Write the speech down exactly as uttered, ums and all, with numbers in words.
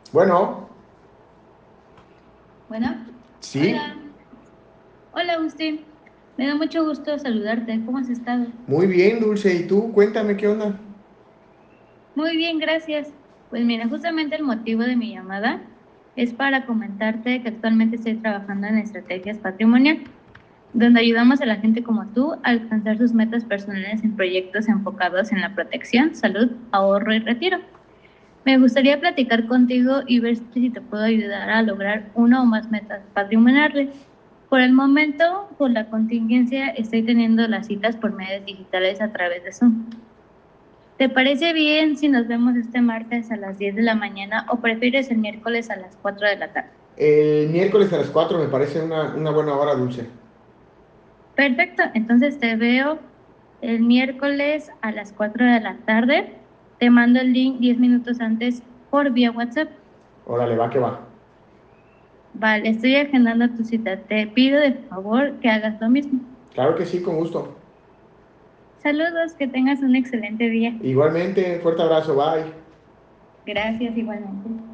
Bueno, Bueno, sí, hola, hola Agustín, me da mucho gusto saludarte, ¿cómo has estado? muy bien, Dulce. ¿Y tú? Cuéntame qué onda. Muy bien, gracias. Pues mira, justamente el motivo de mi llamada es para comentarte que actualmente estoy trabajando en estrategias patrimonial, donde ayudamos a la gente como tú a alcanzar sus metas personales en proyectos enfocados en la protección, salud, ahorro y retiro. Me gustaría platicar contigo y ver si te puedo ayudar a lograr una o más metas patrimoniales. Por el momento, por la contingencia, estoy teniendo las citas por medios digitales a través de Zoom. ¿Te parece bien si nos vemos este martes a las diez de la mañana o prefieres el miércoles a las cuatro de la tarde? El miércoles a las cuatro me parece una, una buena hora, Dulce. Perfecto, entonces te veo el miércoles a las cuatro de la tarde. Te mando el link diez minutos antes por vía WhatsApp. Órale, va que va. Vale, estoy agendando tu cita. Te pido de favor que hagas lo mismo. Claro que sí, con gusto. Saludos, que tengas un excelente día. Igualmente, fuerte abrazo, bye. Gracias igualmente.